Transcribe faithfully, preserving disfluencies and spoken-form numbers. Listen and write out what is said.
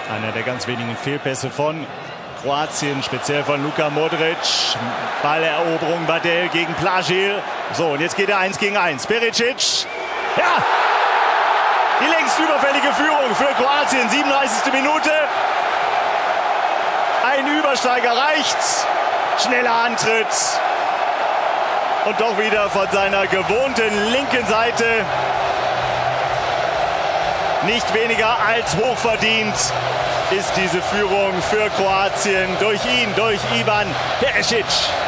Einer der ganz wenigen Fehlpässe von Kroatien, speziell von Luka Modric. Balleroberung Badel gegen Plagil. So, und jetzt geht er eins gegen eins. Pericic. Ja! Die längst überfällige Führung für Kroatien. siebenunddreißigste Minute. Ein Übersteiger reicht. Schneller Antritt. Und doch wieder von seiner gewohnten linken Seite. Nicht weniger als hochverdient ist diese Führung für Kroatien durch ihn, durch Ivan Perisic.